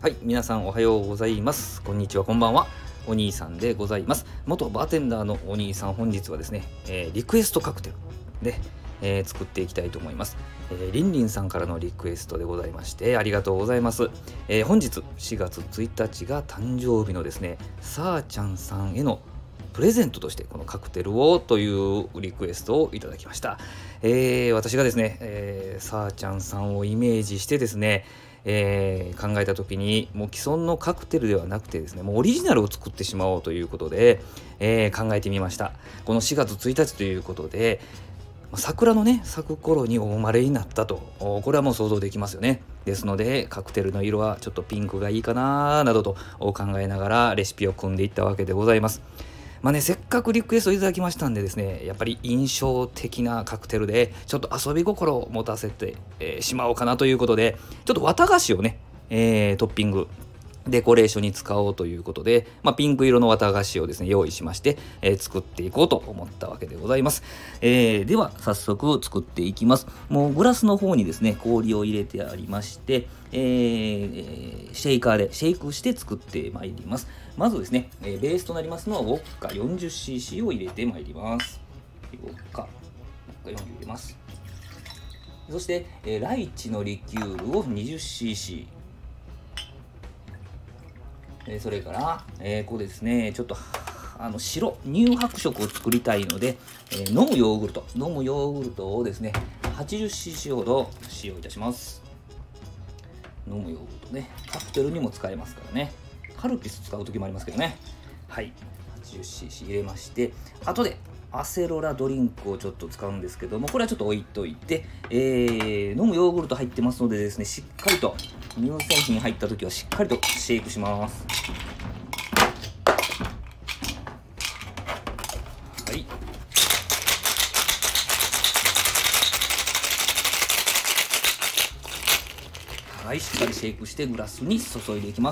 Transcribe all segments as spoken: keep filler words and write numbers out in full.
はい、皆さんおはようございます。こんにちは、こんばんは。お兄さんでございます。元バーテンダーのお兄さん、本日はですね、えー、リクエストカクテルで、えー、作っていきたいと思います。えー、りんりんさんからのリクエストでございまして、ありがとうございます。えー、本日しがつついたちが誕生日のですね、さーちゃんさんへのプレゼントとしてこのカクテルをというリクエストをいただきました。えー、私がですね、えー、さーちゃんさんをイメージしてですね、えー、考えた時にもう既存のカクテルではなくてですね、もうオリジナルを作ってしまおうということで、えー、考えてみました。このしがつついたちということで、桜のね咲く頃にお生まれになったと、これはもう想像できますよね。ですのでカクテルの色はちょっとピンクがいいかななどと考えながらレシピを組んでいったわけでございます。まあね、せっかくリクエストいただきましたんでですね、やっぱり印象的なカクテルでちょっと遊び心を持たせて、えー、しまおうかなということで、ちょっと綿菓子をね、えー、トッピングデコレーションに使おうということで、まあ、ピンク色の綿菓子をですね用意しまして、えー、作っていこうと思ったわけでございます。えー、では早速作っていきます。もうグラスの方にですね氷を入れてありまして、えー、シェイカーでシェイクして作ってまいります。まずですね、えー、ベースとなりますのはウォッカ よんじゅっシーシー を入れてまいります。ウォッカよんじゅう入れます。そして、えー、ライチのリキュールを にじゅっシーシー、えー、それから、えー、ここですねちょっとあの白乳白色を作りたいので、えー、飲むヨーグルト飲むヨーグルトをですね はちじゅっシーシー ほど使用いたします。飲むヨーグルトね、カクテルにも使えますからね。カルピス使う時もありますけどね。はい、 はちじゅっシーシー 入れまして、後でアセロラドリンクをちょっと使うんですけども、これはちょっと置いといて、えー、飲むヨーグルト入ってますのでですね、しっかりと乳製品入った時はしっかりとシェイクします。はい、はい、しっかりシェイクしてグラスに注いでいきます。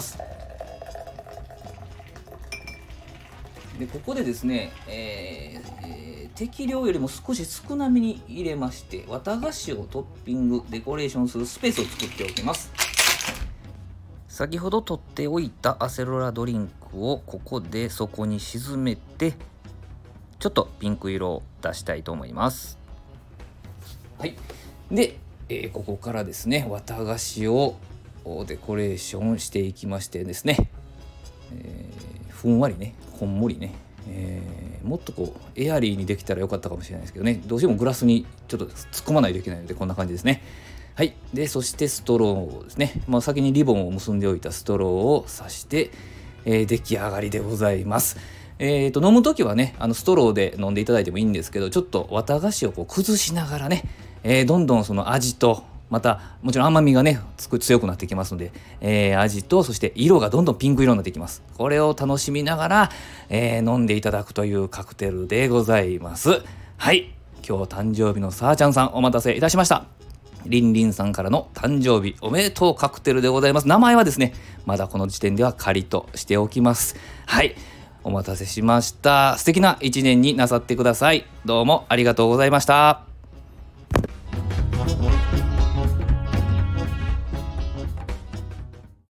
でここでですね、えーえー、適量よりも少し少なめに入れまして、綿菓子をトッピングデコレーションするスペースを作っておきます。先ほど取っておいたアセロラドリンクをここで底に沈めて、ちょっとピンク色を出したいと思います。はい、で、えー、ここからですね綿菓子をデコレーションしていきましてですね、えー、ふんわりねこんもりね、えー、もっとこうエアリーにできたらよかったかもしれないですけどね、どうしてもグラスにちょっと突っ込まないといけないのでこんな感じですね。はい、でそしてストローですね、まあ、先にリボンを結んでおいたストローを刺して、えー、出来上がりでございます。えーと飲むときはねあのストローで飲んでいただいてもいいんですけど、ちょっと綿菓子をこう崩しながらね、えー、どんどんその味とまたもちろん甘みがね強くなってきますので、えー、味とそして色がどんどんピンク色になってきます。これを楽しみながら、えー、飲んでいただくというカクテルでございます。はい、今日誕生日のさーちゃんさんお待たせいたしました。りんりんさんからの誕生日おめでとうカクテルでございます。名前はですねまだこの時点では仮としておきます。はい、お待たせしました。素敵な一年になさってください。どうもありがとうございました。